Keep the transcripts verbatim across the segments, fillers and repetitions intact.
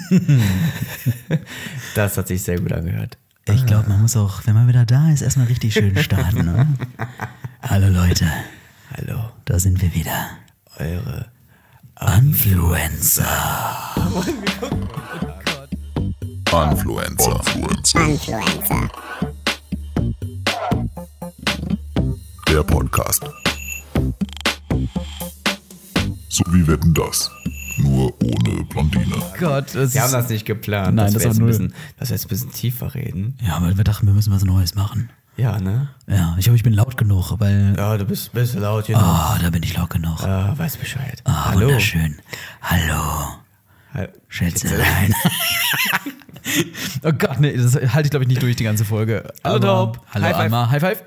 Das hat sich sehr gut angehört. Ich glaube, man muss auch, wenn man wieder da ist, erstmal richtig schön starten. Ne? Hallo Leute. Hallo. Da sind wir wieder. Eure Influencer. Influencer. Influencer. Der Podcast. So wie Wetten, das. Nur ohne Blondine. Gott, das Wir haben ist, das nicht geplant. Nein, dass das wir war jetzt ein null. bisschen, dass wir jetzt ein bisschen tiefer reden. Ja, weil wir dachten, wir müssen was Neues machen. Ja, ne? Ja, ich hoffe, ich bin laut genug, weil... Ja, du bist, bist laut genug. Oh, da bin ich laut genug. Ah, weiß Bescheid. Ah, Hallo. wunderschön. Hallo, Hall- Schätzelein. Oh Gott, nee, das halte ich, glaube ich, nicht durch die ganze Folge. Hallo, Aber- Taub. Hallo, High five. Alma. High five.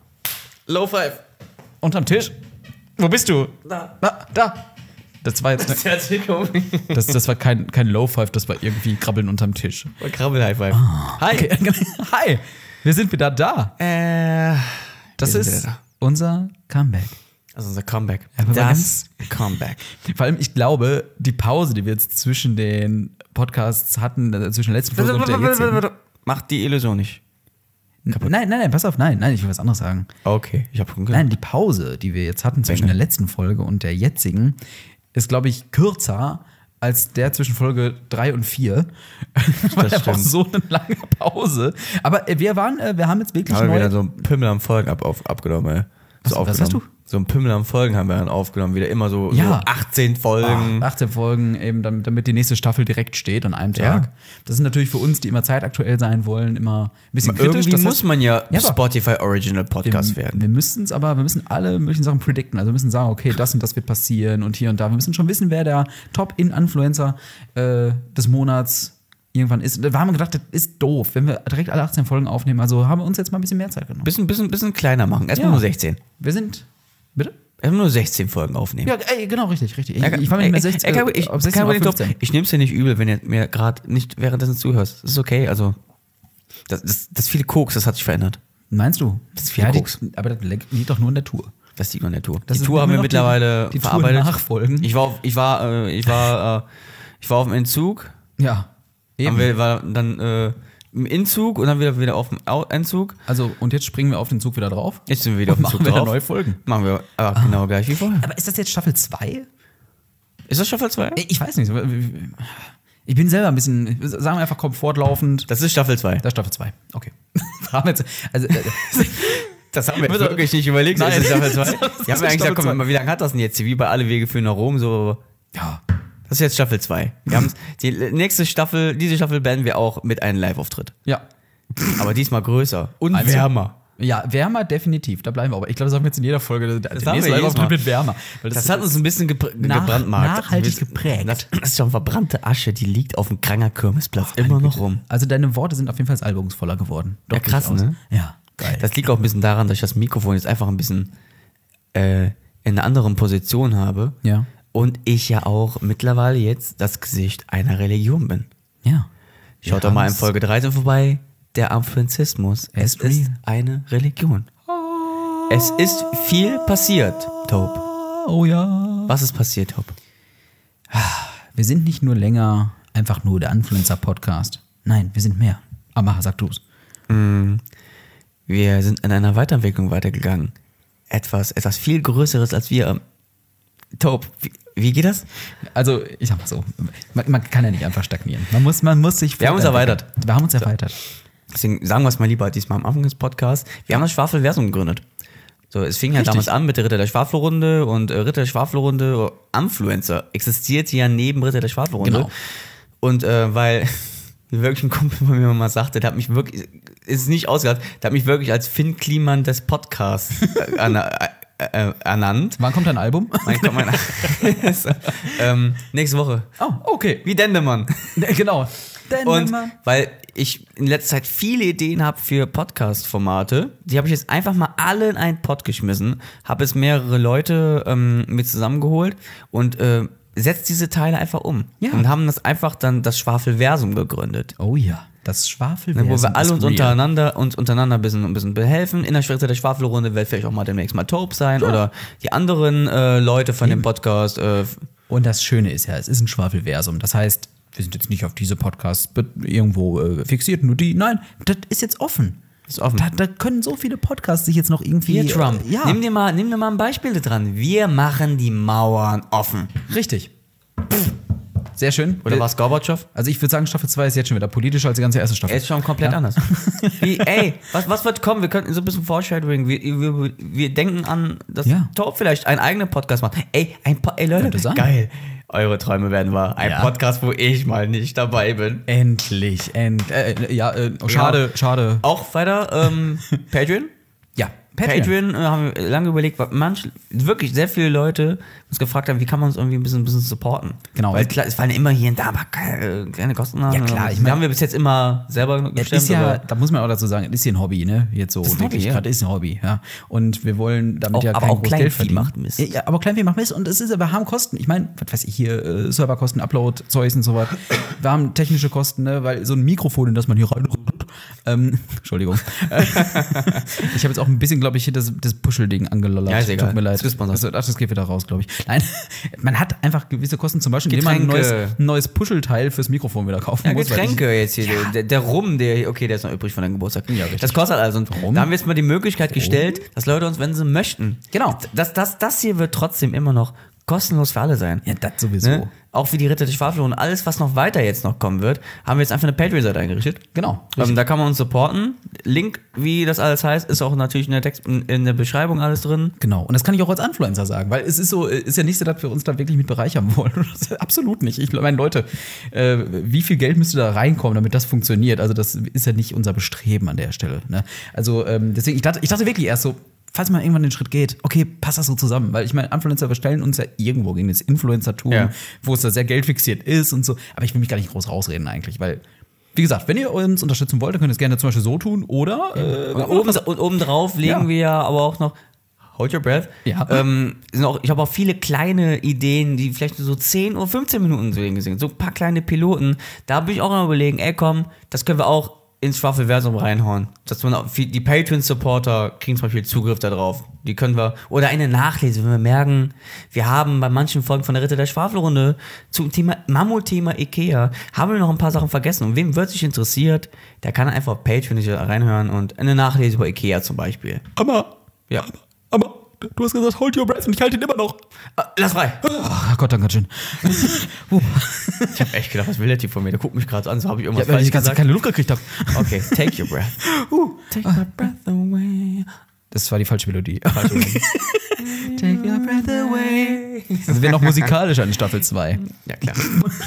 Low five. Unterm Tisch. Wo bist du? Da. Da, da. Das war jetzt... Ne, Herzlich willkommen. das, das war kein, kein Low Five, das war irgendwie Krabbeln unterm Tisch. Krabbel High Five. Hi. Okay. Hi, wir sind wieder da. Äh, Das wir sind ist wieder da. unser Comeback. Also unser Comeback. Aber wir Das Comeback. Vor allem, ich glaube, die Pause, die wir jetzt zwischen den Podcasts hatten, also zwischen der letzten Folge und der jetzigen... Macht die Illusion nicht. Nein, nein, nein, pass auf, nein, nein, ich will was anderes sagen. Okay, ich habe schon gehört. Nein, die Pause, die wir jetzt hatten zwischen Welche? der letzten Folge und der jetzigen, ist, glaube ich, kürzer als der zwischen Folge drei und vier. Weil Das einfach stimmt. so eine lange Pause. Aber äh, wir waren, äh, wir haben jetzt wirklich Haben wir neu... wieder so einen Pimmel am Folgen ab, auf, abgenommen, ey. Was- So was hast aufgenommen. So ein Pimmel am Folgen haben wir dann aufgenommen. Wieder immer so, Ja. so achtzehn Folgen. Ach, achtzehn Folgen, eben damit, damit die nächste Staffel direkt steht an einem Tag. Ja. Das ist natürlich für uns, die immer zeitaktuell sein wollen, immer ein bisschen kritisch. Irgendwie Das muss heißt, man ja, Ja, aber- Spotify Original Podcast wir, werden. wir müssen es aber, wir müssen alle möglichen Sachen predikten. Also wir müssen sagen, okay, das und das wird passieren und hier und da. Wir müssen schon wissen, wer der Top-In-Influencer äh, des Monats irgendwann ist. Da haben wir gedacht, das ist doof, wenn wir direkt alle achtzehn Folgen aufnehmen. Also haben wir uns jetzt mal ein bisschen mehr Zeit genommen. Bisschen, bisschen, bisschen kleiner machen. Erstmal Ja. nur sechzehn. Wir sind, bitte? Erstmal nur sechzehn Folgen aufnehmen. Ja, ey, genau, richtig, richtig. Ich, Ja, ich war mir nicht mehr ey, sechzehn, ey, kein- ich, ob sechzehn kein oder Problem, fünfzehn. Ich nehme es dir nicht übel, wenn ihr mir gerade nicht währenddessen zuhörst. Das ist okay, also das, das, das viele Koks, das hat sich verändert. Meinst du? Das ist viel ja, die, Koks. aber das liegt doch nur in der Tour. Das liegt an der Tour. Das die ist Tour haben immer wir noch mittlerweile die- die verarbeitet. Tour-Nachfolgen. Ich war, auf, ich war, äh, ich war, äh, ich war auf dem Entzug. Ja. Haben wir war dann äh, im Inzug und dann wieder wieder auf dem Au- Entzug. Also, und jetzt springen wir auf den Zug wieder drauf. Jetzt sind wir wieder auf dem Machen Zug wir drauf. neue Folgen. Machen wir aber genau gleich wie vorher. Aber ist das jetzt Staffel zwei? Ist das Staffel zwei? Ich weiß nicht. Ich bin selber ein bisschen, sagen wir einfach komfortlaufend. Das ist Staffel zwei. Das ist Staffel zwei. Okay. Wir haben jetzt, also, äh, Das haben wir Nein. jetzt wirklich nicht überlegt. Nein. Ist das Staffel zwei? Das Wir ist haben eigentlich Staffel gesagt, komm, zwei. mal, wie lange hat das denn jetzt? Wie bei Alle Wege führen nach Rom, so. ja. Das ist jetzt Staffel zwei. Wir haben die nächste Staffel, diese Staffel beenden wir auch mit einem Live-Auftritt. Ja. Aber diesmal größer und Also- wärmer. Ja, wärmer definitiv, da bleiben wir aber. Ich glaube, das haben wir jetzt in jeder Folge. Der haben nächste wir jedes Live-Auftritt Mal. wird wärmer. Weil Das hat uns ein bisschen gepr Nach- gebrandmarkt. nachhaltig Das ist- geprägt. Das ist schon verbrannte Asche, die liegt auf dem Kranger Kirmesplatz immer noch rum. Also deine Worte sind auf jeden Fall albumsvoller geworden. Doch, Ja, krass, durchaus. ne? Ja, geil. Das liegt auch ein bisschen daran, dass ich das Mikrofon jetzt einfach ein bisschen äh, in einer anderen Position habe. Ja. Und ich ja auch mittlerweile jetzt das Gesicht einer Religion bin. Ja. Schaut Wir doch mal in haben's- Folge dreizehn vorbei. Der Influenzismus. Es It's ist real. eine Religion. Es ist viel passiert, Taub. Oh ja. Was ist passiert, Taub? Wir sind nicht nur länger einfach nur der Influencer-Podcast. Nein, wir sind mehr. Aber sag du's. Wir sind in einer Weiterentwicklung weitergegangen. Etwas, etwas viel Größeres als wir. Taub, wie, wie geht das? Also, ich sag mal so, man, man kann ja nicht einfach stagnieren. Man muss, man muss sich... Wir haben uns erweitert. Wir haben uns erweitert. Deswegen sagen wir es mal lieber diesmal am Anfang des Podcasts. Wir haben das Schwafelversum gegründet. So, es fing ja Richtig. damals an mit der Ritter der Schwafelrunde und äh, Ritter der Schwafelrunde, Influencer, existiert ja neben Ritter der Schwafelrunde. Genau. Und äh, weil wirklich ein Kumpel von mir mal sagte, der hat mich wirklich, ist nicht ausgedacht, der hat mich wirklich als Finn Kliman des Podcasts äh, an, äh, äh, ernannt. Wann kommt dein Album? Mein, mein, so, ähm, nächste Woche. Oh, okay. Wie Dendemann. Genau. Denn Und man- weil ich in letzter Zeit viele Ideen habe für Podcast-Formate, die habe ich jetzt einfach mal alle in einen Pod geschmissen, habe jetzt mehrere Leute ähm, mit zusammengeholt und äh, setzt diese Teile einfach um. Ja. Und haben das einfach dann das Schwafelversum gegründet. Oh ja, das Schwafel. Ne, wo wir alle uns untereinander, uns untereinander ein bisschen, ein bisschen behelfen. In der Schwester der Schwafelrunde wird vielleicht auch mal demnächst mal Taub sein oder die anderen äh, Leute von dem Podcast. Äh, Und das Schöne ist ja, es ist ein Schwafelversum. Das heißt, wir sind jetzt nicht auf diese Podcasts irgendwo äh, fixiert, nur die. Nein, das ist jetzt offen. Ist offen. Da, da können so viele Podcasts sich jetzt noch irgendwie. Hier, Trump. Äh, ja. Nimm dir mal, nimm dir mal ein Beispiel da dran. Wir machen die Mauern offen. Richtig. Sehr schön. Oder war es Gorbatschow? Also ich würde sagen, Staffel zwei ist jetzt schon wieder politischer als die ganze erste Staffel. Er ist schon komplett Ja. anders. Wie, ey, was, was wird kommen? Wir könnten so ein bisschen Foreshadowing. Wir, wir, wir denken an, dass Ja. Top vielleicht einen eigenen Podcast macht. Ey, ein po- ey Leute, Könnte sein. geil. Eure Träume werden wahr. Ein Ja. Podcast, wo ich mal nicht dabei bin. Endlich, end, äh, ja, äh, oh, schade, schade. Auch weiter, ähm, Patreon. Ja, Patreon, äh, haben wir lange überlegt, weil manch, wirklich sehr viele Leute uns gefragt haben, wie kann man uns irgendwie ein bisschen, ein bisschen supporten. Genau. Weil klar, es fallen immer hier und da aber keine, keine Kosten an. Ja, klar, ich Ich mein- haben wir bis jetzt immer selber Es gestemmt. ist ja, aber da muss man auch dazu sagen, es ist hier ein Hobby, ne? Jetzt so ist ein wirklich Hobby, ja. gerade ist ein Hobby, ja. Und wir wollen damit Auch- ja aber kein auch großes Kleinvieh Geld verdienen. macht Mist. Ja, ja, aber Kleinvieh macht Mist und es ist, wir haben Kosten. Ich meine, was weiß ich hier, äh, Serverkosten, Upload-Zeugs und so weiter. Wir haben technische Kosten, ne? Weil so ein Mikrofon, in das man hier rein. Ähm, Entschuldigung. Ich habe jetzt auch ein bisschen, glaube ich, hier das, das Puschelding angelallert. Ja, ist egal. Tut mir leid. Ist gesponsert. Also, ach, das geht wieder raus, glaube ich. Nein, man hat einfach gewisse Kosten, zum Beispiel, indem man ein Getränke. neues, ein neues Puschelteil fürs Mikrofon wieder kaufen Ja, muss. weil ich- Getränke jetzt hier. Der, der Rum, der, okay, der ist noch übrig von deinem Geburtstag. Ja, richtig. Das kostet also. Und Rum? da haben wir jetzt mal die Möglichkeit gestellt, dass Leute uns, wenn sie möchten. Genau. Das, das, das hier wird trotzdem immer noch kostenlos für alle sein. Ja, das sowieso. Ne? Auch wie die Ritter der Schwafel und alles, was noch weiter jetzt noch kommen wird, haben wir jetzt einfach eine Patreon-Seite eingerichtet. Genau. Ähm, da kann man uns supporten. Link, wie das alles heißt, ist auch natürlich in der, Text, in der Beschreibung alles drin. Genau, und das kann ich auch als Influencer sagen, weil es ist so, ist ja nicht so, dass wir uns da wirklich mit bereichern wollen. Absolut nicht. Ich meine, Leute, äh, wie viel Geld müsste da reinkommen, damit das funktioniert? Also, das ist ja nicht unser Bestreben an der Stelle. Ne? Also, ähm, deswegen, ich dachte, ich dachte wirklich erst so, falls man irgendwann den Schritt geht, okay, passt das so zusammen? Weil ich meine, Influencer, wir stellen uns ja irgendwo gegen das Influencertum, Ja. wo es da sehr geldfixiert ist und so. Aber ich will mich gar nicht groß rausreden eigentlich, weil, wie gesagt, wenn ihr uns unterstützen wollt, dann könnt ihr es gerne zum Beispiel so tun oder äh, Und oben, und obendrauf legen Ja. wir ja aber auch noch Hold your breath. Ja. Ähm, sind auch, ich habe auch viele kleine Ideen, die vielleicht nur so zehn oder fünfzehn Minuten zu sehen sind. So ein paar kleine Piloten. Da bin ich auch mal überlegen, ey komm, das können wir auch ins Schwafelversum reinhauen. Dass man auch, die Patreon-Supporter kriegen zum Beispiel Zugriff darauf. Die können wir, oder eine Nachlese, wenn wir merken, wir haben bei manchen Folgen von der Ritter der Schwafelrunde zum Thema, Mammutthema Ikea, haben wir noch ein paar Sachen vergessen. Und wem wird sich interessiert, der kann einfach auf Patreon nicht reinhören und eine Nachlese über Ikea zum Beispiel. aber, Ja. aber, du hast gesagt, hold your breath und ich halte ihn immer noch. Ah, lass frei. Ach Gott, danke schön. Ich habe echt gedacht, was will der Typ von mir? Der guckt mich gerade so an, so habe ich Ja, irgendwas weil ich falsch die ganze Zeit gesagt. keine Luft gekriegt habe. Okay, take your breath. Take my breath away. Das war die falsche Melodie. Take your breath away. Also wäre noch musikalisch an Staffel zwei. Ja, klar.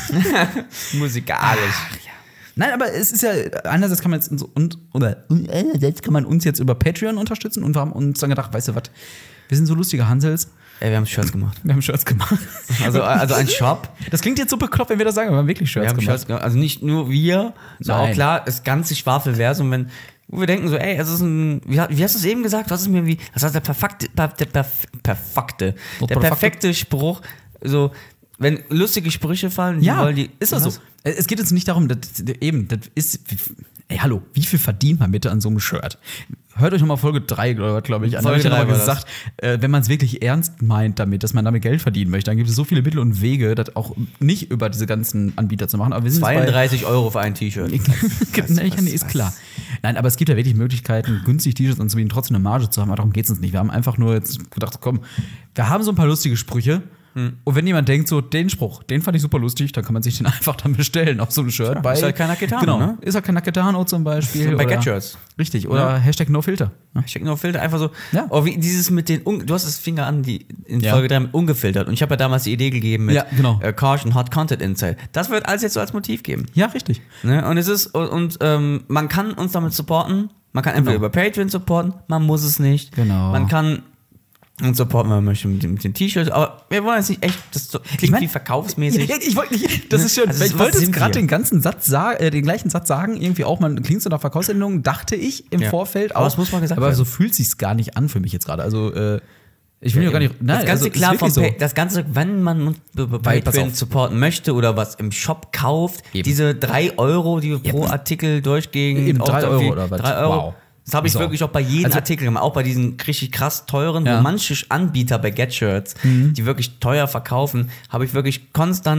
Musikalisch. Nein, aber es ist ja, einerseits kann man jetzt uns, und, oder einerseits kann man uns jetzt über Patreon unterstützen und wir haben uns dann gedacht, weißt du was, wir sind so lustige Hansels, Ey, wir haben Shirts gemacht. wir haben Shirts gemacht. Also, also ein Shop. Das klingt jetzt so bekloppt, wenn wir das sagen, aber wir haben wirklich Shirts Wir haben gemacht. Shirts gemacht. Also nicht nur wir, sondern Nein. auch klar, das ganze Schwafelversum, wenn wo wir denken so, ey, es ist ein, wie, hat- wie hast du es eben gesagt? Was ist mir wie, das heißt der perfekte, per, der perf, perfekte, der perfekte. perfekte Spruch, so, wenn lustige Sprüche fallen, die Ja, wollen die, ist das so. Es geht jetzt nicht darum, das, eben, das ist, ey, hallo, wie viel verdient man bitte an so einem Shirt? Hört euch nochmal Folge drei, glaube ich, an. Da habe Folge ich ja drei nochmal war das. gesagt, äh, wenn man es wirklich ernst meint damit, dass man damit Geld verdienen möchte, dann gibt es so viele Mittel und Wege, das auch nicht über diese ganzen Anbieter zu machen. Aber wir sind jetzt bei- zweiunddreißig Euro für ein T-Shirt. Nee, nee, ist klar. Nein, aber es gibt ja wirklich Möglichkeiten, günstig T-Shirts anzubieten, trotzdem eine Marge zu haben. Aber darum geht es uns nicht. Wir haben einfach nur jetzt gedacht, komm, wir haben so ein paar lustige Sprüche. Und wenn jemand denkt, so, den Spruch, den fand ich super lustig, dann kann man sich den einfach dann bestellen auf so einem Shirt. bei, ist halt kein Naketano, genau, ne? Ist halt kein Naketano zum Beispiel. So bei oder- Get-Shirts. Richtig, oder Ja. Hashtag NoFilter. Ich check nur Filter, einfach so. Ja. Oh, wie dieses mit den, un- du hast das Finger an, die in Ja. Folge drei mit ungefiltert. Und ich habe ja damals die Idee gegeben mit Ja, genau. äh, Caution, Hot Content Insight. Das wird alles jetzt so als Motiv geben. Ja, richtig. Ne? Und es ist, und, und ähm, man kann uns damit supporten. Man kann entweder Genau. über Patreon supporten, man muss es nicht. Genau. Man kann uns supporten, wenn man möchte, mit, den- mit den T-Shirts. Aber wir wollen jetzt nicht echt, das so, klingt Ich mein- wie verkaufsmäßig. Ja, ich wollte nicht, das ist schön. Also, ich was wollte jetzt sind gerade wir? den ganzen Satz sagen, äh, den gleichen Satz sagen, irgendwie auch, man klingt so nach Verkaufssendung, dachte ich im Ja. Vorfeld auch. Aber das muss mal gesagt aber werden. so fühlt sich's gar nicht an für mich jetzt gerade. Also, äh, ich will ja, gar nicht. Nein, das Ganze also, ist klar vom wirklich Pa- das Ganze, wenn man uns über Weil, pass Patreon auf. supporten möchte oder was im Shop kauft, Eben. diese drei Euro, die wir pro Eben. Artikel durchgehen, Eben, auch drei da Euro viel- oder was? drei Euro. Wow. Das habe ich So. wirklich auch bei jedem Also- Artikel gemacht, auch bei diesen richtig krass teuren, Ja. wo manche Anbieter bei Get-Shirts, Mhm. die wirklich teuer verkaufen, habe ich wirklich konstant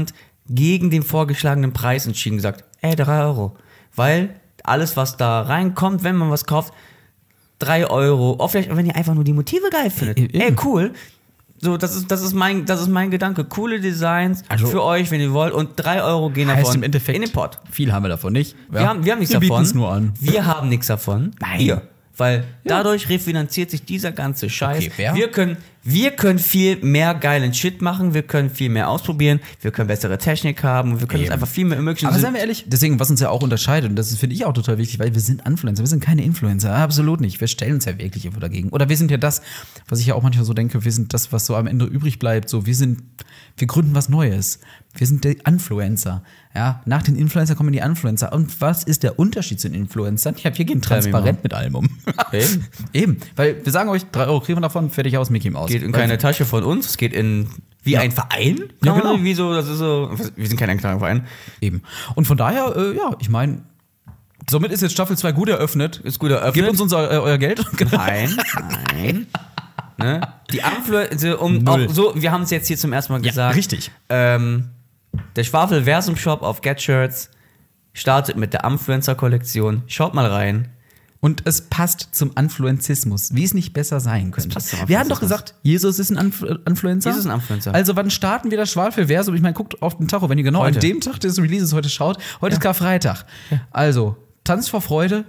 gegen den vorgeschlagenen Preis entschieden, gesagt, ey, drei Euro. Weil alles, was da reinkommt, wenn man was kauft, drei Euro. Auch vielleicht, wenn ihr einfach nur die Motive geil findet. Eben. Ey, cool. So, das ist, das ist mein, das ist mein Gedanke. Coole Designs Also, für euch, wenn ihr wollt. Und drei Euro gehen Heißt davon im Endeffekt, in den Pot. viel haben wir davon nicht. Wir, haben, wir haben nichts wir davon. bieten's nur an. Wir haben nichts davon. Nein. Ihr. Weil dadurch refinanziert sich dieser ganze Scheiß. Okay, wer? wir, können, wir können viel mehr geilen Shit machen, wir können viel mehr ausprobieren, wir können bessere Technik haben, wir können uns Eben. einfach viel mehr ermöglichen. Aber seien wir ehrlich, deswegen, was uns ja auch unterscheidet, und das finde ich auch total wichtig, weil wir sind Influencer, wir sind keine Influencer, absolut nicht. Wir stellen uns ja wirklich irgendwo dagegen. Oder wir sind ja das, was ich ja auch manchmal so denke, wir sind das, was so am Ende übrig bleibt. So, wir sind, wir gründen was Neues. Wir sind die Influencer. Ja, nach den Influencer kommen die Influencer. Und was ist der Unterschied zu den Influencern? Ja, wir gehen transparent mit allem um. Eben. Eben, weil wir sagen euch, drei Euro kriegen wir davon, fertig aus, Mickey Maus. geht in keine Tasche von uns, es geht in wie Ja. ein Verein. Ja, Kann man- genau. Wie so, das ist so, wir sind kein eingetragener Verein. Eben. Und von daher, äh, ja, ich meine, somit ist jetzt Staffel zwei gut eröffnet. Ist gut eröffnet. Gebt uns unser, äh, euer Geld. Nein, nein. Ne? Die Influencer, um Null. auch so, wir haben es jetzt hier zum ersten Mal Ja, gesagt. richtig. Ähm, der Schwafelversum-Shop auf GetShirts startet mit der Influencer-Kollektion. Schaut mal rein. Und es passt zum Influenzismus, wie es nicht besser sein könnte. passt zum Wir hatten doch Influenzismus. gesagt, Jesus ist ein Influ- Influencer. Jesus ist ein Influencer. Also wann starten wir das Schwafelversum? Ich meine, guckt auf den Tacho, wenn ihr genau Heute. an dem Tag des Releases heute schaut. Heute ist Karfreitag. Also, Tanz vor Freude.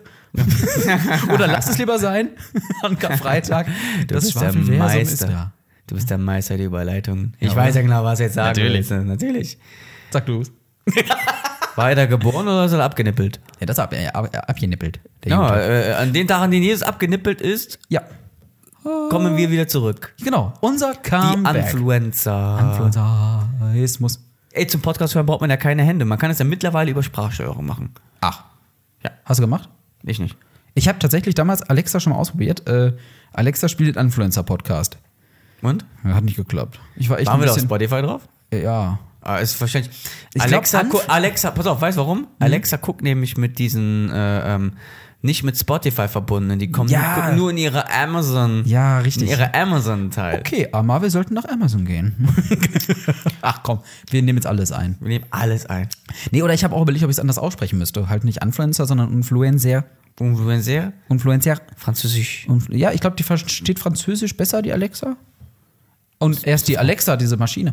Oder lasst es lieber sein an Karfreitag. Das Schwafelversum ist da. Du bist der Meister der Überleitung. Ich Ja, weiß oder? ja genau, was du jetzt sagen Natürlich. willst. ne? Natürlich. Sag du es. War er da geboren oder ist er abgenippelt? Ja, das ab, ja, ab, abgenippelt. Der Ja, Junge. äh, an den Tag, an denen Jesus abgenippelt ist, ja, kommen wir wieder zurück. genau. Unser Die Comeback. Influencer. Influenzaismus. Ey, zum Podcast hören braucht man ja keine Hände. Man kann es ja mittlerweile über Sprachsteuerung machen. Ach. Ja. Hast du gemacht? Ich nicht. Ich habe tatsächlich damals Alexa schon mal ausprobiert. Äh, Alexa spielt Influencer-Podcast. Und? Ja, hat nicht geklappt. Ich war echt Waren ein wir da auf bisschen, Spotify drauf? Ja. Ah, ist wahrscheinlich. Ich Alexa, glaub, gu- Anf- Alexa, pass auf, weißt du warum? Alexa guckt nämlich mit diesen, äh, ähm, nicht mit Spotify verbunden. Die kommen Ja. nur, gucken nur in ihre Amazon. Ja, richtig. In ihre Amazon-Teil. Okay, aber wir sollten nach Amazon gehen. Ach komm, wir nehmen jetzt alles ein. Wir nehmen alles ein. Nee, oder ich habe auch überlegt, ob ich es anders aussprechen müsste. Halt nicht Influencer, sondern Influencer. Influencer? Influencer. Französisch. Und ja, ich glaube, die versteht Französisch besser, die Alexa. Und erst die Alexa, diese Maschine.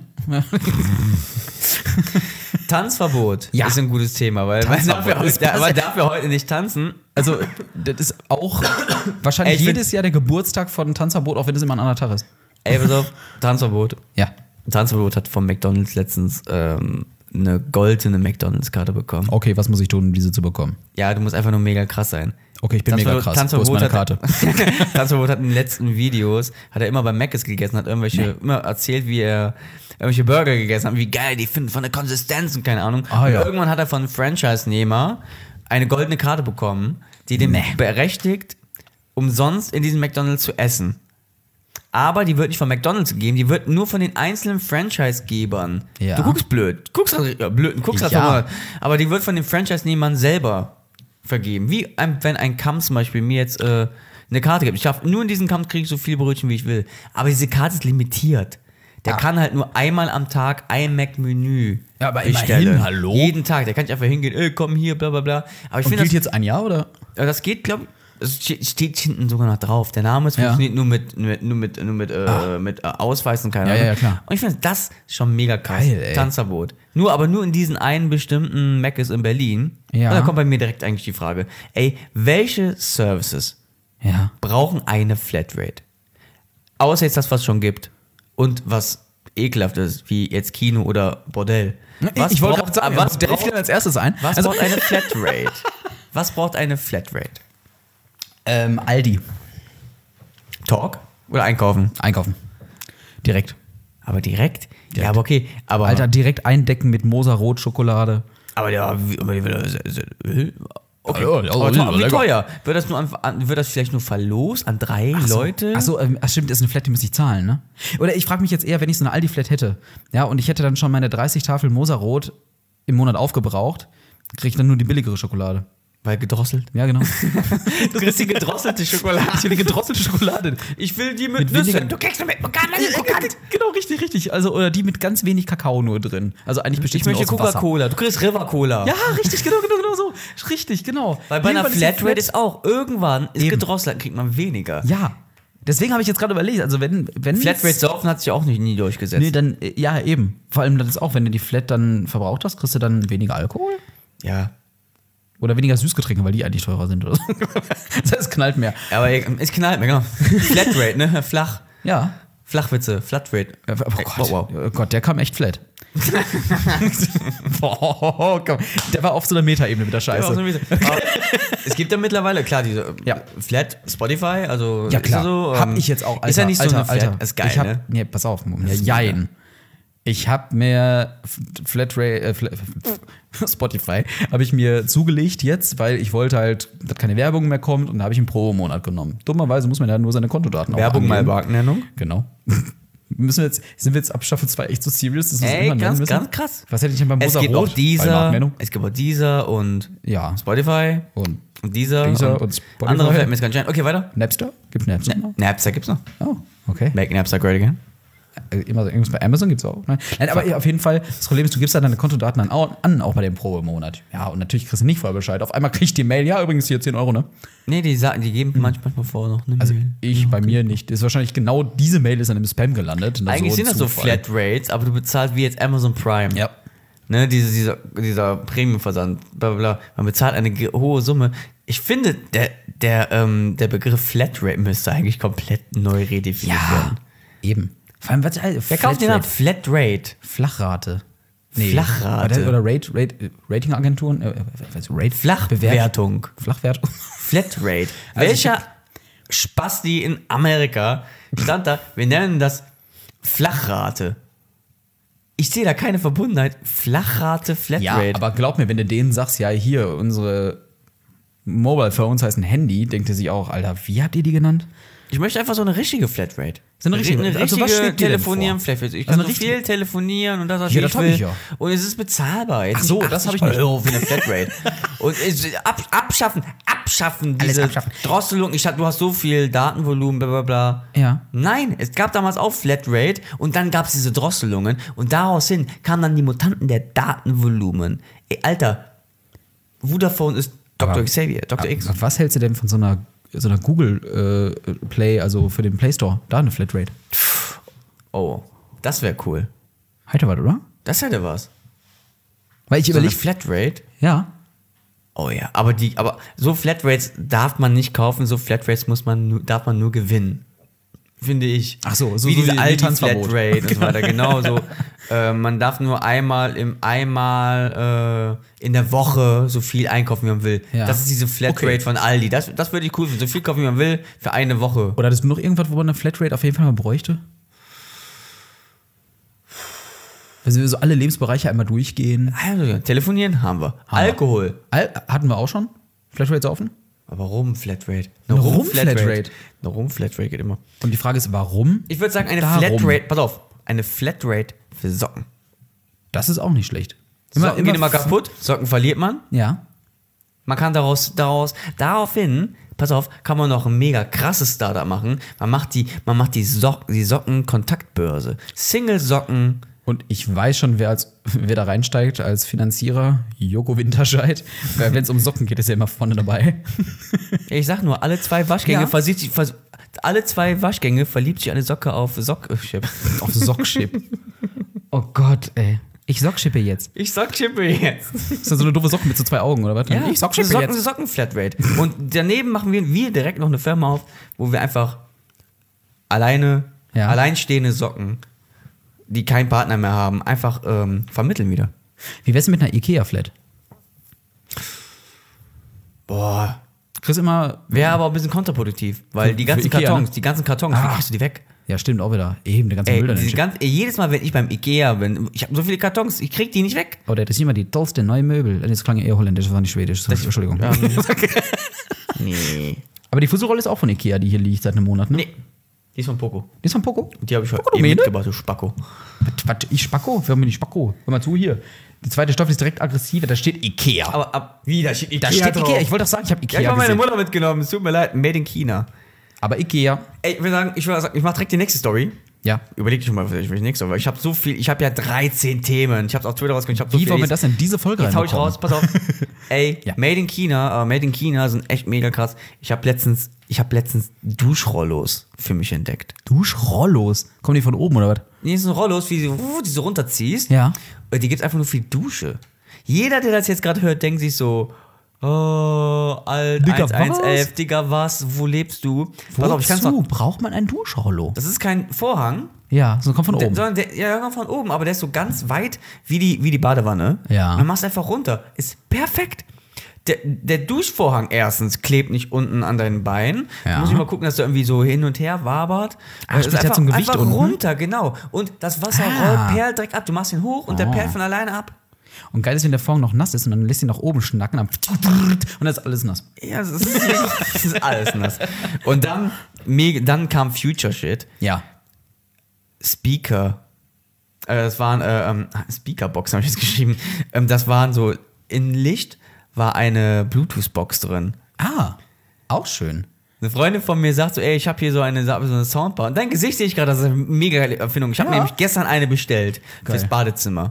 Tanzverbot Ja. ist ein gutes Thema, weil man darf, ja Tanzverbot ist heute, man besser. darf ja heute nicht tanzen. Also, das ist auch wahrscheinlich Ey, ich jedes Jahr der Geburtstag von Tanzverbot, auch wenn es immer ein anderer Tag ist. Ey, pass auf, Tanzverbot. Ja. Tanzverbot hat von McDonalds letztens ähm, eine goldene McDonalds-Karte bekommen. Okay, was muss ich tun, um diese zu bekommen? Ja, du musst einfach nur mega krass sein. Okay, ich bin mega krass. Wo ist meine Karte? Hat, Tanzverbot hat in den letzten Videos, hat er immer bei Mc's gegessen, hat irgendwelche, immer erzählt, wie er irgendwelche Burger gegessen hat, wie geil die finden, von der Konsistenz und keine Ahnung. Ah, und ja. irgendwann hat er von einem Franchise-Nehmer eine goldene Karte bekommen, die den Nee. berechtigt, umsonst in diesem McDonalds zu essen. Aber die wird nicht von McDonalds gegeben, die wird nur von den einzelnen Franchise-Gebern. Ja. Du guckst blöd. Du guckst halt, ja, blöd, du guckst halt Ja. normal. Aber die wird von den Franchise-Nehmern selber vergeben. Wie ein, wenn ein Kamm zum Beispiel mir jetzt äh, eine Karte gibt. Ich darf nur in diesen Kamm kriege ich so viele Brötchen, wie ich will. Aber diese Karte ist limitiert. Der Ah. kann halt nur einmal am Tag ein Mac-Menü Ja, aber bestellen. immerhin, hallo? Jeden Tag. Der kann nicht einfach hingehen, ey, komm hier, bla bla bla. Aber ich Und finde gilt das, jetzt ein Jahr, oder? ja, das geht, glaube ich. Es steht, steht hinten sogar noch drauf. Der Name ist Ja. funktioniert nur mit, mit, nur mit, nur mit, äh, mit äh, Ausweis und keine Ja, Ahnung. ja, ja, klar. Und ich finde das schon mega krass. Geil, ey. Tanzverbot. Nur, aber nur in diesen einen bestimmten Mc's in Berlin. Ja. Und da kommt bei mir direkt eigentlich die Frage: Ey, welche Services Ja. brauchen eine Flatrate? Außer jetzt das, was es schon gibt. Und was ekelhaft ist, wie jetzt Kino oder Bordell. Was ich wollte braucht- gerade sagen, was was der braucht- fiel als erstes ein? Was Also- braucht eine Flatrate? Was braucht eine Flatrate? Ähm, Aldi. Talk oder einkaufen? Einkaufen. Direkt. Aber direkt? Ja, aber okay. Aber, Alter, direkt eindecken mit Moser-Rot-Schokolade. aber ja, wie, aber wie, äh, okay. Ja, ja, aber ja, teuer, wie lecker. teuer? Wird das, nur an, an, wird das vielleicht nur verlost an drei Leute? Achso, ähm, ach stimmt, das ist eine Flat, die muss ich zahlen, ne? Oder ich frage mich jetzt eher, wenn ich so eine Aldi-Flat hätte, ja, und ich hätte dann schon meine dreißig Tafel Moser-Rot im Monat aufgebraucht, kriege ich dann nur die billigere Schokolade. Weil gedrosselt. Ja, genau. Du kriegst die gedrosselte Schokolade. Ich will die gedrosselte Schokolade. Ich will die mit, Mit Nüssen. weniger- Du kriegst nur mit Kokant. Genau, richtig, richtig. Also, oder die mit ganz wenig Kakao nur drin. Also eigentlich besteht Ich sie nur möchte aus Wasser. Coca-Cola. Du kriegst River Cola. Ja, richtig, genau, genau, genau so. Richtig, genau. Weil bei einer Irgendwann ist die Flatrate ist auch, irgendwann ist Eben. gedrosselt, dann kriegt man weniger. Ja. Deswegen habe ich jetzt gerade überlegt, also wenn... wenn Flatrate saufen hat sich auch nicht nie durchgesetzt. Nee, dann, äh, ja, eben. Vor allem das ist auch, wenn du die Flat dann verbraucht hast, kriegst du dann weniger Alkohol? Ja. Oder weniger Süßgetränke, weil die eigentlich teurer sind oder so. Das heißt, es knallt mehr. Aber es knallt mir, genau. Flatrate, ne? Flach. Ja. Flachwitze, Flatrate. Oh Gott, Wow, wow. oh Gott, der kam echt flat. Boah, komm. Der war auf so einer Metaebene mit der Scheiße. Aber es gibt ja mittlerweile, klar, diese Ja. Flat, Spotify, also Ja, klar. ist ja so, hab ähm, ich jetzt auch, Alter. Ist ja nicht so Alter, eine Flat, Alter. ist geil, ich hab, ne? Nee, pass auf. Moment. ist Jein. Ich habe mir Flatrate, äh, Flat, Spotify, habe ich mir zugelegt jetzt, weil ich wollte halt, dass keine Werbung mehr kommt und da habe ich einen Pro-Monat genommen. Dummerweise muss man ja nur seine Kontodaten auch Werbung mal angeben. Markennennung. Genau. Müssen wir jetzt, sind wir jetzt ab Staffel zwei echt so serious, dass wir es Ey, immer nennen ganz, müssen? ganz krass. Was hätte ich denn beim Es Rosa gibt Rot? auch dieser, Markennennung? es gibt auch dieser und Ja. Spotify Und und dieser, Dieser und, und Spotify. andere fällt mir jetzt gar nicht ein. Okay, weiter. Napster? Gibt's Napster noch? Napster gibt's noch. Oh, okay. Make Napster great again. Äh, Immer so, irgendwas bei Amazon gibt's auch. Ne? Nein, aber ja, auf jeden Fall, das Problem ist, du gibst dann deine Kontodaten an, an auch bei dem Pro-Monat. Ja, und natürlich kriegst du nicht voll Bescheid. Auf einmal kriegst du die Mail, ja, übrigens hier zehn Euro, ne? Nee, die, sagen, die geben manchmal vor noch eine Also Mail. ich bei mir nicht. Das ist wahrscheinlich genau diese Mail ist dann im Spam gelandet. Und Eigentlich so sind das so Zufall. Flatrates, aber du bezahlst wie jetzt Amazon Prime. Ja. Ne, diese, dieser, dieser Premium-Versand, bla bla bla. Man bezahlt eine ge- hohe Summe. Ich finde, der, der, ähm, der Begriff Flatrate müsste eigentlich komplett neu redefiniert Ja, werden. eben. Vor allem, was halt, Wer kauft den Namen Flatrate? Flachrate. Flachrate. Oder Rate, Rate, Ratingagenturen? Äh, was, Rate, Flachwertung. Flachwertung. Flatrate. Also Welcher Spasti in Amerika stand da, wir nennen das Flachrate. Ich sehe da keine Verbundenheit. Flachrate, Ja, Flatrate. aber glaub mir, wenn du denen sagst, ja, hier, unsere Mobile Phones heißen Handy, denkt er sich auch, Alter, wie habt ihr die genannt? Ich möchte einfach so eine richtige Flatrate. So eine richtige- eine also richtige was schwebt dir denn telefonieren vor? Flatrate. Ich Also kann eine so viel richtige- telefonieren und das, was Ja, ich das hab will. ich ja. Und es ist bezahlbar. Jetzt Ach so, nicht das hab achtzig ich nicht. Euro für eine Flatrate. Und es, ab, abschaffen, abschaffen Alles diese abschaffen. Drosselung. Ich hab, du hast so viel Datenvolumen, bla bla bla. Ja. Nein, es gab damals auch Flatrate und dann gab es diese Drosselungen und daraus hin kamen dann die Mutanten der Datenvolumen. Ey, Alter, Vodafone ist Doktor Aber- Xavier, Doktor X. Aber was hältst du denn von so einer, so einer Google äh, Play, also für den Play Store? Da eine Flatrate. Oh, das wäre cool. Heiter was, oder? Das hätte was. Weil ich So eine überlege. Flatrate? Ja. Oh ja, aber die, aber so Flatrates darf man nicht kaufen, so Flatrates muss man nur, darf man nur gewinnen. Finde ich. Ach so, so- wie so diese wie- wie alte Tanzverbot. Flatrate und so weiter. Genau so. äh, man darf nur einmal im einmal äh, in der Woche so viel einkaufen, wie man will. Ja. Das ist diese Flatrate Okay. von Aldi. Das, das würde ich cool finden. So viel kaufen, wie man will, für eine Woche. Oder hattest du noch irgendwas, wo man eine Flatrate auf jeden Fall mal bräuchte? Also wir so alle Lebensbereiche einmal durchgehen. Also, ja, telefonieren haben wir. Alkohol. Al hatten wir auch schon? Flatrate saufen? Aber warum Flatrate? Eine Rum-Flatrate? Eine Rum-Flatrate geht immer. Und die Frage ist, warum? Ich würde sagen, eine Darum. Flatrate, pass auf, eine Flatrate für Socken. Das ist auch nicht schlecht. Socken gehen immer kaputt, Socken verliert man. Ja. Man kann daraus, daraus, daraufhin, pass auf, kann man noch ein mega krasses Startup machen. Man macht die, man macht die, Sock, die Socken-Kontaktbörse. Single-Socken. Und ich weiß schon, wer, als, wer da reinsteigt als Finanzierer. Joko Winterscheid. Wenn es um Socken geht, ist er immer vorne dabei. Ich sag nur, alle zwei Waschgänge Ja. versieht sich, vers, alle zwei Waschgänge verliebt sich eine Socke auf Sock. Auf Sockchip. Oh Gott, ey. Ich Sockschippe jetzt. Ich Sockchippe jetzt. Ist das so eine doofe Socke mit so zwei Augen, oder was? Ja, ich Sockschippe Socken, jetzt. Socken-Flatrate. Und daneben machen wir, wir direkt noch eine Firma auf, wo wir einfach alleine, Ja. alleinstehende Socken, die keinen Partner mehr haben, einfach ähm, vermitteln wieder. Wie wär's denn mit einer Ikea-Flat? Boah. Kriegst immer. Wäre aber auch ein bisschen kontraproduktiv, weil Für- die für ganzen Ikea, Kartons, ne? die ganzen Kartons, wie Ah. kriegst du die weg? Ja, stimmt auch wieder. Eben, der ganze Ey, Müll dann. diese ganz, ey, jedes Mal, wenn ich beim Ikea bin, ich habe so viele Kartons, ich krieg die nicht weg. Oh, das ist immer die tollste neue Möbel. Das klang ja eher holländisch, das war nicht schwedisch. Das Entschuldigung. Ja, nee. Aber die Fußrolle ist auch von Ikea, die hier liegt seit einem Monat, ne? Nee. Die ist von Poco. Die ist von Poco? Die habe ich heute Poco eben Domäne? mitgebracht, du Spacko. Was, was, ich Spacko? Wer bin ich Spacko? Hör mal zu hier. Die zweite Staffel ist direkt aggressiver, da steht Ikea. Aber ab, wie, da steht Ikea da steht drauf. Ikea, ich wollte doch sagen, ich habe Ja, Ikea ich habe meine gesehen. Mutter mitgenommen, es tut mir leid, made in China. Aber Ikea, Ey, ich will sagen, ich, will sagen, ich mach direkt die nächste Story. ja. Überleg dich schon mal, vielleicht will ich nächste, aber ich habe so viel, ich habe ja dreizehn Themen. Ich habe auf Twitter rausgekommen, ich habe so Wie viel. wollen wir das in diese Folge Jetzt hau ich reinbekommen? raus, pass auf. Ey, Ja. Made in China, aber Made in China sind echt mega krass. Ich habe letztens, ich habe letztens Duschrollos für mich entdeckt. Duschrollos. Kommen die von oben oder was? Die sind Rollos, wie du die so runterziehst. Ja. Und die gibt's einfach nur für die Dusche. Jeder, der das jetzt gerade hört, denkt sich so, oh, alt, Digga, eins eins elf, was? Digga, was, wo lebst du? Pass auf, ich kann's Wozu noch, braucht man ein Duschrollo? das ist kein Vorhang, Ja, so kommt von der, oben. sondern der, ja, der kommt von oben, aber der ist so ganz weit wie die, wie die Badewanne. Ja. Und dann machst du einfach runter. Ist perfekt. Der, der Duschvorhang erstens klebt nicht unten an deinen Beinen. Ja. Du musst immer gucken, dass der irgendwie so hin und her wabert. Ach, Es ist spielt ja einfach, zum Gewicht einfach unten? runter, genau. Und das Wasser Ah. rollt, perlt direkt ab. Du machst ihn hoch und der Oh. perlt von alleine ab. Und geil ist, wenn der Vorhang noch nass ist und dann lässt ihn nach oben schnacken dann und dann ist alles nass. Ja, das ist, das ist alles nass. Und dann, mega, dann kam Future Shit. Ja. Speaker. Äh, das waren äh, ähm, Speakerbox, habe ich jetzt geschrieben. Ähm, das waren so, in Licht war eine Bluetooth-Box drin. Ah, auch schön. Eine Freundin von mir sagt so, ey, ich habe hier so eine, so eine Soundbar. Und dein Gesicht sehe ich gerade, das ist eine mega geile Erfindung. Ich habe Ja. nämlich gestern eine bestellt Geil. fürs Badezimmer.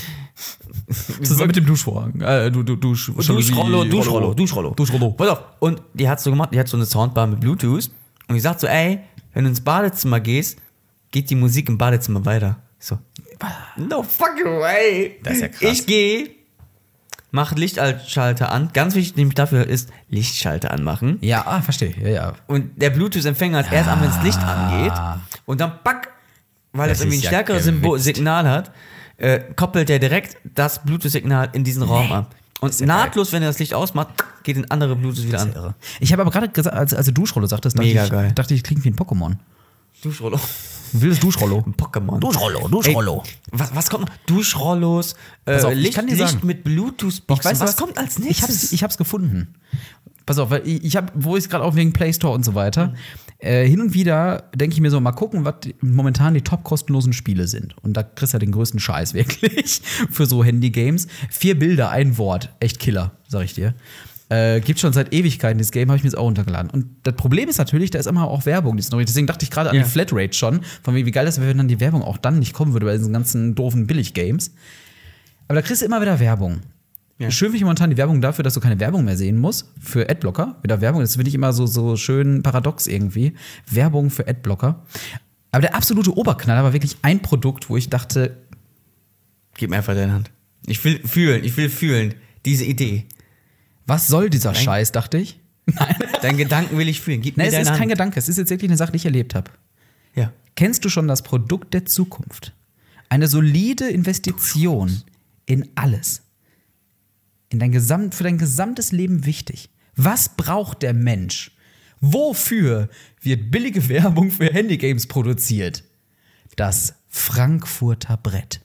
Zusammen mit dem Duschvorhang. Äh, du, du, Dusch, Duschrollo, Duschrollo, Duschrollo. Duschrollo. Pass auf. Und die hat so gemacht, die hat so eine Soundbar mit Bluetooth. Und die sagt so, ey, wenn du ins Badezimmer gehst, geht die Musik im Badezimmer weiter. Ich so, no fucking way. Das ist ja krass. Ich gehe, mach Lichtschalter an. Ganz wichtig nämlich dafür ist, Lichtschalter anmachen. Ja, ah, verstehe. Ja, ja. Und der Bluetooth-Empfänger ist erst an, wenn das Licht angeht. Und dann pack, weil Das das irgendwie ist ein ja stärkeres Symbol, gewichst. Signal hat, äh, koppelt der direkt das Bluetooth-Signal in diesen Raum an. Und ja nahtlos, wenn er das Licht ausmacht, geht ein anderer Bluetooth wieder an. Irre. Ich habe aber gerade gesagt, als, als du Duschrollo sagtest, dachte Mega ich, geil. dachte ich, klingt wie ein Pokémon. Duschrollo. Ein wildes Duschrollo. Ein Pokémon. Duschrollo, Duschrollo. Ey, was, was kommt noch? Duschrollos, äh, Pass auf, ich Licht, kann dir Licht sagen. mit Bluetooth-Boxen. Was, kommt als Ich nächstes? hab's, ich hab's gefunden. Pass auf, weil ich, ich habe, wo ich es gerade auch wegen Play Store und so weiter, äh, hin und wieder denke ich mir so, mal gucken, was die- momentan die top kostenlosen Spiele sind. Und da kriegst du ja den größten Scheiß wirklich für so Handy-Games. Vier Bilder, ein Wort. Echt Killer, sag ich dir. Äh, gibt schon seit Ewigkeiten, das Game habe ich mir jetzt auch runtergeladen. Und das Problem ist natürlich, da ist immer auch Werbung, die Story. Deswegen dachte ich gerade an Ja. die Flatrate schon, von wie, wie geil das wäre, wenn dann die Werbung auch dann nicht kommen würde bei diesen ganzen doofen Billig-Games. Aber da kriegst du immer wieder Werbung. Ja. Schön finde ich momentan die Werbung dafür, dass du keine Werbung mehr sehen musst für Adblocker. Wieder Werbung, das finde ich immer so, so schön paradox irgendwie. Werbung für Adblocker. Aber der absolute Oberknaller war wirklich ein Produkt, wo ich dachte, Gib mir einfach deine Hand. Ich will fühlen, ich will fühlen. Diese Idee. was soll dieser Scheiß, dachte ich. Nein, Deinen Gedanken will ich fühlen. Gib Nein mir es deine ist Hand. kein Gedanke, es ist jetzt wirklich eine Sache, die ich erlebt habe. Ja. Kennst du schon das Produkt der Zukunft? Eine solide Investition in alles. In dein Gesamt, für dein gesamtes Leben wichtig. Was braucht der Mensch? Wofür wird billige Werbung für Handygames produziert? Das Frankfurter Brett.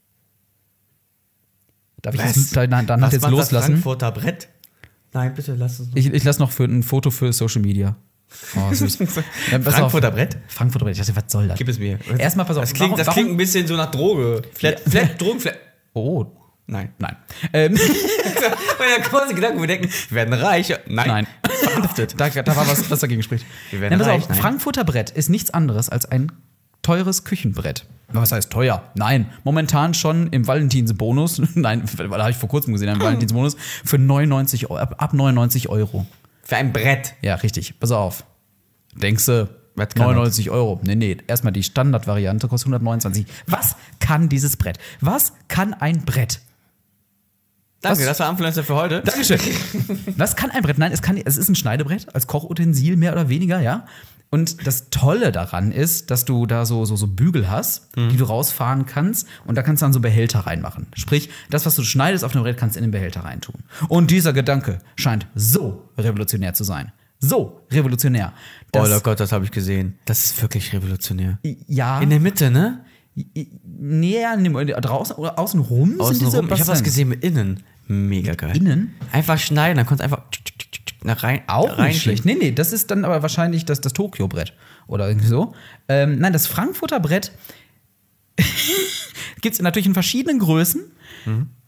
Darf ich Was? jetzt, dann, dann Was jetzt macht das loslassen? Frankfurter Brett? Nein, bitte lass es noch. Ich, ich lasse noch für ein Foto für Social Media. Oh, süß. Ja, pass Frankfurter auf. Brett? Frankfurter Brett. Ich dachte, was soll das? Gib es mir. Erstmal pass auf. Das klingt, warum- das warum- klingt ein bisschen so nach Droge. Flat, Ja. Flat, Drogen, Flat. Oh, Nein. nein. Ähm, Weil da quasi Gedanken, wir denken, wir werden reich. Nein. nein. Verhaftet. Da, da war was, was dagegen spricht. Wir werden pass reich, auf, nein. Frankfurter Brett ist nichts anderes als ein teures Küchenbrett. Was heißt teuer? Nein, momentan schon im Valentinsbonus. Nein, da habe ich vor kurzem gesehen, einen Valentinsbonus für neunundneunzig Euro, ab, ab neunundneunzig Euro. Für ein Brett. Ja, richtig. Pass auf. Denkst du, Was kann neunundneunzig Euro? Nee, nee. Erstmal die Standardvariante kostet hundertneunundzwanzig. Was kann dieses Brett? Was kann ein Brett? Danke, Was? das war Influencer für heute. Dankeschön. Was kann ein Brett? Nein, es, kann, es ist ein Schneidebrett als Kochutensil mehr oder weniger, ja. Und das Tolle daran ist, dass du da so, so, so Bügel hast, die du rausfahren kannst und da kannst du dann so Behälter reinmachen. Sprich, das, was du schneidest auf dem Brett, kannst du in den Behälter reintun. Und dieser Gedanke scheint so revolutionär zu sein. So revolutionär. Oh dass- Gott, das habe ich gesehen. Das ist wirklich revolutionär. ja, In der Mitte, ne? näher draußen oder außen rum sind diese Außenrum. Ich habe was Bassins. gesehen mit innen. Mega geil. Innen? Einfach schneiden, dann kannst du einfach nach rein. Auch rein nicht schlecht. Nee, nee, das ist dann aber wahrscheinlich das, das Tokio-Brett oder irgendwie so. Ähm, nein, das Frankfurter Brett gibt es natürlich in verschiedenen Größen. Mhm.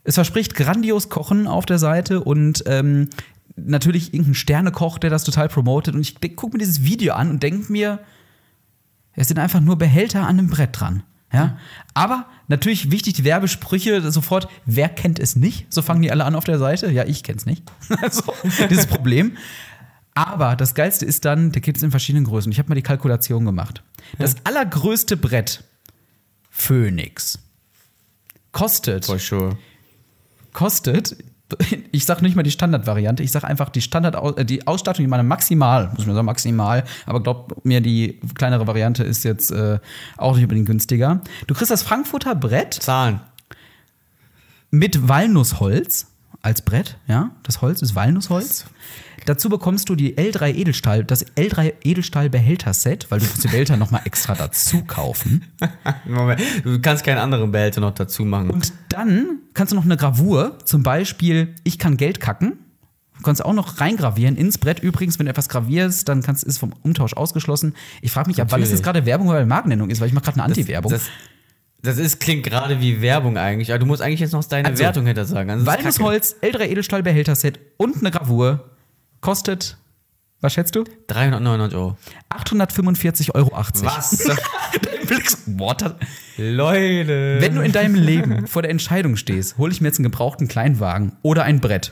Es verspricht grandios Kochen auf der Seite und ähm, natürlich irgendein Sternekoch, der das total promotet. Und ich gucke mir dieses Video an und denke mir, es sind einfach nur Behälter an einem Brett dran. Ja? Aber natürlich wichtig, die Werbesprüche sofort, wer kennt es nicht? So fangen die alle an auf der Seite. Ja, ich kenn's nicht. Also, dieses Problem. Aber das Geilste ist dann, da gibt es in verschiedenen Größen. Ich habe mal die Kalkulation gemacht. Das allergrößte Brett, Phoenix, kostet, For sure. kostet, ich sag nicht mal die Standardvariante, ich sag einfach die Standard, die Ausstattung, die meine maximal, muss man sagen maximal, aber glaub mir, die kleinere Variante ist jetzt äh, auch nicht unbedingt günstiger. Du kriegst das Frankfurter Brett Zahlen. mit Walnussholz als Brett, ja, das Holz ist Walnussholz. Dazu bekommst du die L drei Edelstahl, das L drei Edelstahl Behälter-Set, weil du musst die Behälter nochmal extra dazu kaufen. Moment, du kannst keinen anderen Behälter noch dazu machen. Und dann kannst du noch eine Gravur, zum Beispiel, ich kann Geld kacken. Du kannst auch noch reingravieren ins Brett. Übrigens, wenn du etwas gravierst, dann kannst, ist vom Umtausch ausgeschlossen. Ich frage mich, ab wann das jetzt gerade Werbung oder Markennennung ist, weil ich mache gerade eine Anti-Werbung. Das, das, das ist, klingt gerade wie Werbung eigentlich. Aber du musst eigentlich jetzt noch deine Also, Wertung hinter sagen. Also, Walnussholz, L drei Edelstahl Behälter-Set und eine Gravur kostet, was schätzt du? dreihundertneunundneunzig Euro. achthundertfünfundvierzig Euro achtzig. Was? Dein Blick so, what? Leute. Wenn du in deinem Leben vor der Entscheidung stehst, hole ich mir jetzt einen gebrauchten Kleinwagen oder ein Brett.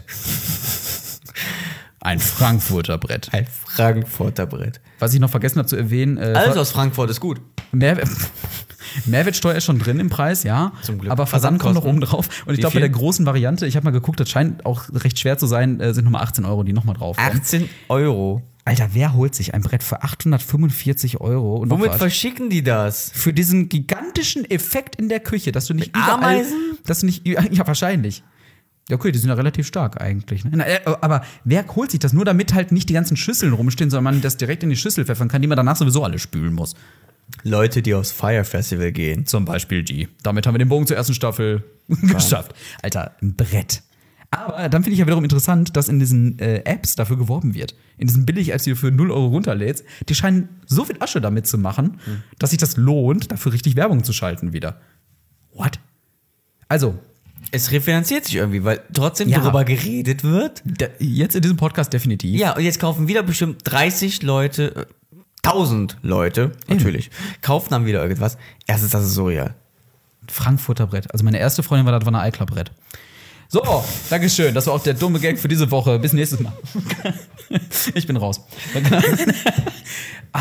Ein Frankfurter Brett. Ein Frankfurter Brett. Was ich noch vergessen habe zu erwähnen. Äh, Alles aus Frankfurt ist gut. Mehrwer- Mehrwertsteuer ist schon drin im Preis, ja. Zum Glück. Aber Versand kommt noch oben drauf. Und ich Wie glaube, bei viel? der großen Variante, ich habe mal geguckt, das scheint auch recht schwer zu sein, äh, sind nochmal achtzehn Euro, die nochmal drauf kommen. achtzehn Euro. Alter, wer holt sich ein Brett für achthundertfünfundvierzig Euro? Und noch Womit was? verschicken die das? Für diesen gigantischen Effekt in der Küche, dass du nicht Mit überall, Ameisen? dass du nicht, ja, wahrscheinlich. Ja, okay, die sind ja relativ stark eigentlich. Ne? Na, äh, aber wer holt sich das nur, damit halt nicht die ganzen Schüsseln rumstehen, sondern man das direkt in die Schüssel pfeffern kann, die man danach sowieso alle spülen muss? Leute, die aufs Fire Festival gehen. Zum Beispiel die. Damit haben wir den Bogen zur ersten Staffel geschafft. Alter, ein Brett. Aber dann finde ich ja wiederum interessant, dass in diesen äh, Apps dafür geworben wird. In diesen Billig-Apps, die du für null Euro runterlädst, die scheinen so viel Asche damit zu machen, mhm. dass sich das lohnt, dafür richtig Werbung zu schalten wieder. What? Also, Es refinanziert sich irgendwie, weil trotzdem Ja. darüber geredet wird. da, jetzt in diesem Podcast definitiv. Ja, und jetzt kaufen wieder bestimmt dreißig Leute, äh, tausend Leute, natürlich, kaufen dann wieder irgendwas. Erstens, das ist surreal. Frankfurter Brett. Also meine erste Freundin war das war eine Eikler-Brett. So, Dankeschön. Das war auch der dumme Gag für diese Woche. Bis nächstes Mal. Ich bin raus. ah.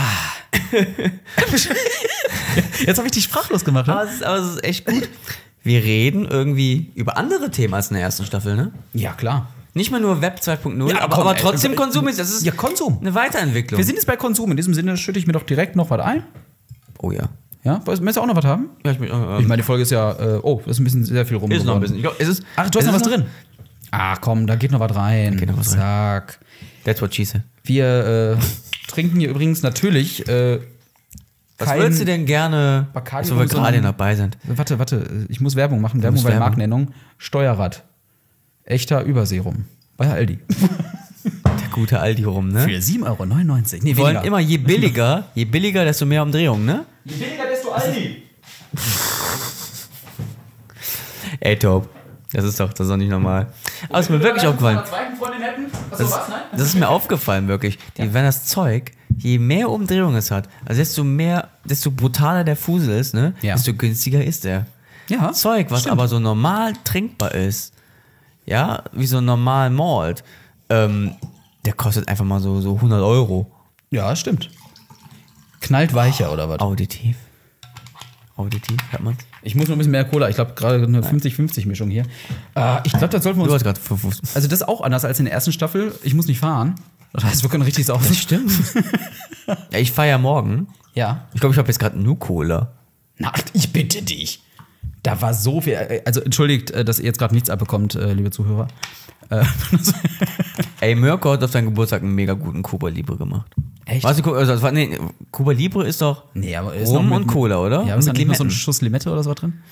Jetzt habe ich dich sprachlos gemacht. Aber Ne? es ist, aber es ist echt gut. Wir reden irgendwie über andere Themen als in der ersten Staffel, ne? Ja, klar. Nicht mehr nur Web zwei Punkt null, Ja, aber, komm, aber ey, trotzdem äh, Konsum ist. Das ist Ja, Konsum. eine Weiterentwicklung. Wir sind jetzt bei Konsum. In diesem Sinne schütte ich mir doch direkt noch was ein. Oh ja. Ja, möchtest du auch noch was haben? Ja, ich, bin, äh, Ich meine, die Folge ist ja, äh, oh, das ist ein bisschen sehr viel rum. ist noch ein geworden. bisschen. Ich glaub, ist es, Ach, du hast ist noch es was drin. Ach komm, da geht noch was rein. geht noch was rein. Zack. That's what she said. Wir äh, trinken hier übrigens natürlich. Äh, Was kein- würdest du denn gerne, Bacardi wo wir und so gerade ein- dabei sind? Warte, warte, ich muss Werbung machen. Werbung musst bei Werbung. Markennennung. Steuerrad. Echter Überseerum. Bei Aldi. Der gute Aldi rum, ne? Für sieben Euro neunundneunzig. Nee, Wir wollen immer, je billiger, je billiger, desto mehr Umdrehungen, ne? Je weniger, desto Aldi. Ey, top. Das ist doch, das ist doch nicht normal. Aber es ist mir wirklich aufgefallen. Das, das ist mir aufgefallen, wirklich. Die, wenn das Zeug, je mehr Umdrehungen es hat, also desto mehr, desto brutaler der Fusel ist, ne? Ja. Desto günstiger ist er. Ja, Zeug, was stimmt. aber so normal trinkbar ist, ja, wie so normal Malt, ähm, der kostet einfach mal so, so hundert Euro. Ja, stimmt. Knallt weicher oder was? Auditiv. Auditiv, hört man's? Ich muss noch ein bisschen mehr Cola. Ich glaube, gerade eine fünfzig fünfzig Mischung hier. Äh, ich glaube, das sollten wir Du uns. hast gerade verfußt. Also, das ist auch anders als in der ersten Staffel. Ich muss nicht fahren. Das heißt, wir können richtig saufen. Das stimmt. Ja, ich feiere morgen. Ja. Ich glaube, ich habe jetzt gerade nur Cola. Na, ich bitte dich. Da war so viel. Also, entschuldigt, äh, dass ihr jetzt gerade nichts abbekommt, äh, liebe Zuhörer. Äh, Ey, Mirko hat auf seinen Geburtstag einen mega guten Cuba Libre gemacht. Echt? Weißt du, also, das war, nee, Cuba Libre ist doch nee, aber ist Rum noch und Cola, oder? Ja, und ist da mit nicht noch so ein Limetten. Schuss Limette oder so was drin?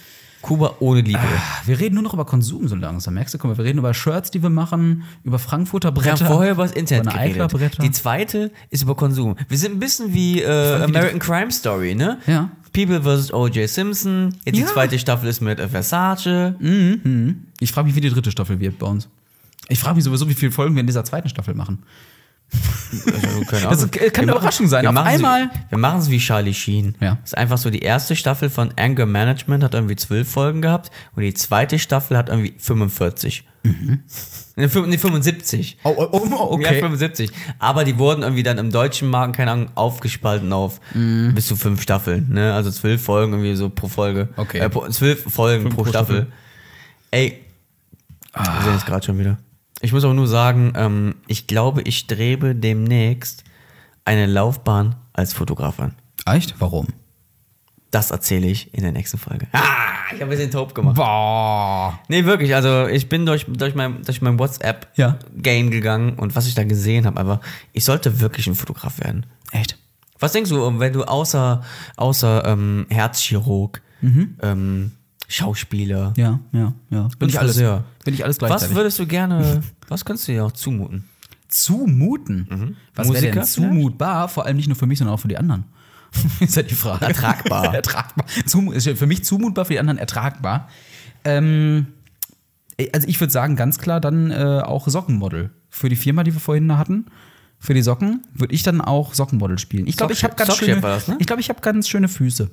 Kuba ohne Liebe. Wir reden nur noch über Konsum so langsam. Merkst du, guck mal, wir reden über Shirts, die wir machen, über Frankfurter Wir Bretter. haben vorher über das Internet über eine geredet. Eikler-Bretter. Die zweite ist über Konsum. Wir sind ein bisschen wie äh, American Crime Story, ne? Ja. People versus O J Simpson. Jetzt Ja. die zweite Staffel ist mit Versace. Ich frage mich, wie die dritte Staffel wird bei uns. Ich frage mich sowieso, wie viele Folgen wir in dieser zweiten Staffel machen. Also, keine Das Ahnung. kann Wir eine machen- Überraschung sein. Wir Auf machen einmal. Es, wir machen es wie Charlie Sheen. Ja. Das ist einfach so, die erste Staffel von Anger Management hat irgendwie zwölf Folgen gehabt und die zweite Staffel hat irgendwie fünfundvierzig. Mhm. Nee, fünfundsiebzig. Oh, oh, oh, Ja, fünfundsiebzig. Aber die wurden irgendwie dann im deutschen Markt, keine Ahnung, aufgespalten auf Mhm. bis zu fünf Staffeln. Ne? Also zwölf Folgen irgendwie so pro Folge. Okay. Äh, pro, zwölf Folgen pro, pro Staffel. Staffel. Ey, wir sehen es gerade schon wieder. Ich muss auch nur sagen, ähm, ich glaube, ich strebe demnächst eine Laufbahn als Fotograf an. Echt? Warum? Das erzähle ich in der nächsten Folge. Ah, ich habe ein bisschen taub gemacht. Boah. Nee, wirklich, also ich bin durch, durch mein, durch mein WhatsApp-Game Ja. gegangen und was ich da gesehen habe, aber ich sollte wirklich ein Fotograf werden. Echt? Was denkst du, wenn du außer, außer ähm, Herzchirurg, ähm, Schauspieler, Ja, ja, ja. Bin ich alles, Friseur. bin ich alles was gleichzeitig. würdest du gerne, was könntest du dir auch zumuten? Zumuten? Was wäre Musiker denn zumutbar? Vor allem nicht nur für mich, sondern auch für die anderen. Ist ja die Frage. Ertragbar. ertragbar. Zum, ist für mich zumutbar, für die anderen ertragbar. Ähm, also ich würde sagen, ganz klar dann äh, auch Sockenmodel. Für die Firma, die wir vorhin hatten, für die Socken, würde ich dann auch Sockenmodel spielen. Ich glaube, ich habe ganz Sockchef schöne, war das, ne? ich glaube, ich habe ganz schöne Füße.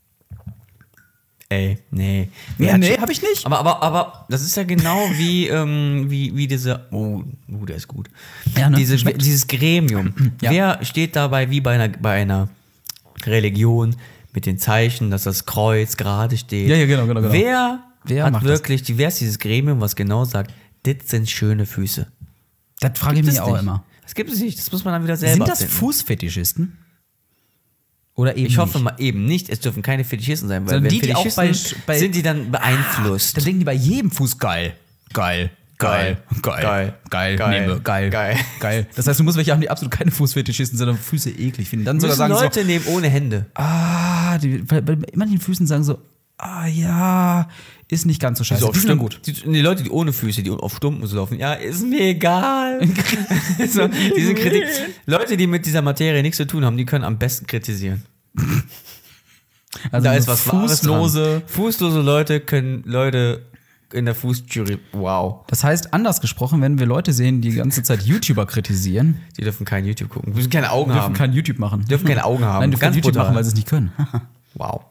Ey, nee. Nee, Wer hat nee, schon- hab ich nicht. Aber, aber, aber das ist ja genau wie, ähm, wie, wie diese, oh, uh, der ist gut. Ja, ne? Diese, Schmeckt. dieses Gremium. Ja. Wer steht dabei wie bei einer, bei einer Religion mit den Zeichen, dass das Kreuz gerade steht? Ja, ja, genau, genau, genau. Wer, Wer hat macht das? wirklich, die, wer ist dieses Gremium, was genau sagt, das sind schöne Füße? Das frage ich Gibt mich es auch nicht. immer. Das gibt es nicht, das muss man dann wieder selber Sind das finden. Fußfetischisten? Oder eben Ich hoffe nicht? mal eben nicht, es dürfen keine Fetischisten sein, weil Sondern wenn die, die auch Fetischisten bei- bei- sind die dann beeinflusst. Dann denken die bei jedem Fuß geil. Geil. Geil. Geil. Geil. Geil. Geil. Nehme. Geil. Geil. Geil. Das heißt, du musst welche haben, die absolut keine Fußfetischisten, sondern Füße eklig finden. Dann sogar Müssen sagen Leute so, nehmen ohne Hände. ah, die, bei, bei manchen Füßen sagen so, ah ja, ist nicht ganz so scheiße. So auf Die sind Stump- gut. Die, die Leute, die ohne Füße, die auf Stumpen so laufen, ja, ist mir egal. so, diese Kritik. Leute, die mit dieser Materie nichts zu tun haben, die können am besten kritisieren. Also Da ist was Wahres Fußlose. dran. Fußlose Leute können Leute in der Fußjury, wow, Das heißt, anders gesprochen, wenn wir Leute sehen, die die ganze Zeit YouTuber kritisieren, die dürfen kein YouTube gucken. Die dürfen keine Augen dürfen haben. kein YouTube machen. Dürfen keine Augen haben. Nein, dürfen Ganz kein YouTube brutal. machen, weil sie es nicht können. Wow.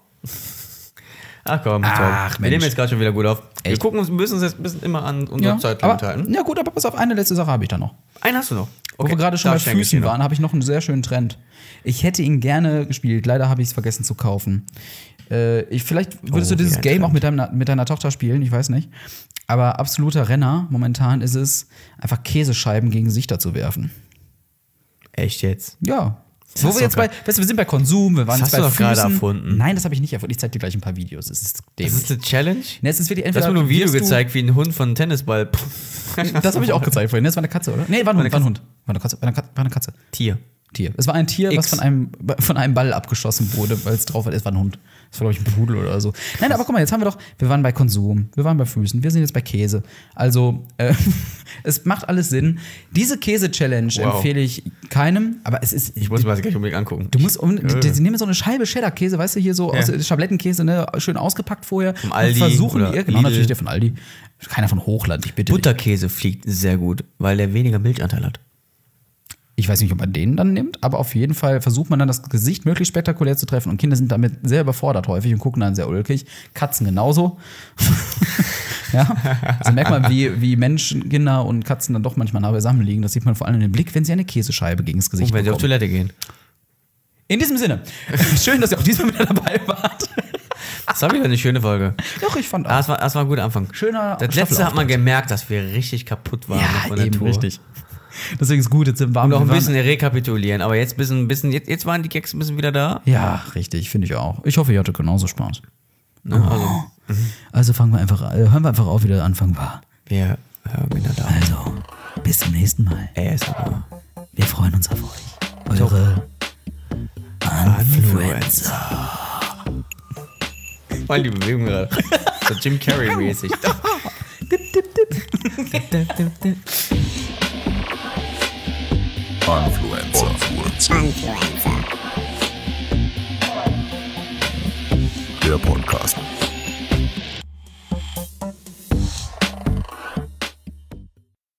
Ach komm, Ach, toll. Wir Mensch. nehmen jetzt gerade schon wieder gut auf. Wir Echt? gucken uns, müssen uns jetzt ein bisschen immer an unser Ja, Zeitlimit aber, halten. ja gut, aber pass auf, eine letzte Sache habe ich da noch. Einen hast du noch. Wo wir gerade schon da bei schenke ich Füßen dir noch. waren, habe ich noch einen sehr schönen Trend. Ich hätte ihn gerne gespielt, leider habe ich es vergessen zu kaufen. Äh, ich, vielleicht würdest Oh, du dieses wie ein Game Trend. auch mit, deinem, mit deiner Tochter spielen, ich weiß nicht. Aber absoluter Renner momentan ist es, einfach Käsescheiben gegen Gesichter zu werfen. Echt jetzt? Ja. Das Wo hast wir du jetzt doch bei, weißt du, wir sind bei Konsum, wir waren Das jetzt bei hast du doch gerade Füßen. erfunden. Nein, das habe ich nicht erfunden. Ich zeige dir gleich ein paar Videos. Es ist Das dämlich. ist eine Challenge? Ne, es ist wirklich Du hast entweder mir nur ein Video wirst du- gezeigt, wie ein Hund von einem Tennisball. Das habe ich auch gezeigt vorhin. Das war eine Katze, oder? Nee, war ein Hund. War ein Hund. War eine Katze. War eine Katze. War eine Katze. Tier. Tier. Es war ein Tier, was X. von einem, von einem Ball abgeschossen wurde, weil es drauf war. Es war ein Hund. Das war, glaube ich, ein Pudel oder so. Nein, aber guck mal, jetzt haben wir doch, wir waren bei Konsum, wir waren bei Füßen, wir sind jetzt bei Käse. Also, äh, es macht alles Sinn. Diese Käse-Challenge Wow. empfehle ich keinem, aber es ist. Ich muss mir das gleich unbedingt angucken. Du musst, um, die, die nehmen so eine Scheibe Cheddar-Käse, weißt du, hier so Ja. aus Schablettenkäse, ne, schön ausgepackt vorher. Vom Aldi Und versuchen, oder ja, genau, Lidl. natürlich der von Aldi. Keiner von Hochland, ich bitte dich. Butterkäse fliegt sehr gut, weil der weniger Milchanteil hat. Ich weiß nicht, ob man den dann nimmt, aber auf jeden Fall versucht man dann das Gesicht möglichst spektakulär zu treffen und Kinder sind damit sehr überfordert häufig und gucken dann sehr ulkig. Katzen genauso. Ja, also merkt man, wie, wie Menschen, Kinder und Katzen dann doch manchmal nah beisammen liegen. Das sieht man vor allem in dem Blick, wenn sie eine Käsescheibe gegen das Gesicht Und wenn sie auf bekommen. Toilette gehen. In diesem Sinne, schön, dass ihr auch diesmal wieder dabei wart. Das war wieder eine schöne Folge. Doch, ich fand Ah, das, war, das war ein guter Anfang. Schöner Das letzte hat man Staffelauftritt. gemerkt, dass wir richtig kaputt waren von der Tour. Deswegen ist gut, jetzt sind wir Und noch ein wir waren- bisschen rekapitulieren, aber jetzt, bisschen, bisschen, jetzt, jetzt waren die Gags ein bisschen wieder da. Ja, richtig, finde ich auch. Ich hoffe, ihr hattet genauso Spaß. Ne? Also, Also fangen wir einfach, äh, hören wir einfach auf, wie der Anfang war. wir hören wieder da. Also, bis zum nächsten Mal. A S M R. Wir freuen uns auf euch. Eure Influencer. Meine die Bewegung gerade. So Jim Carrey-mäßig. Dip, dip, dip. Dip, dip, dip, dip. Influencer. Influencer. Der Podcast.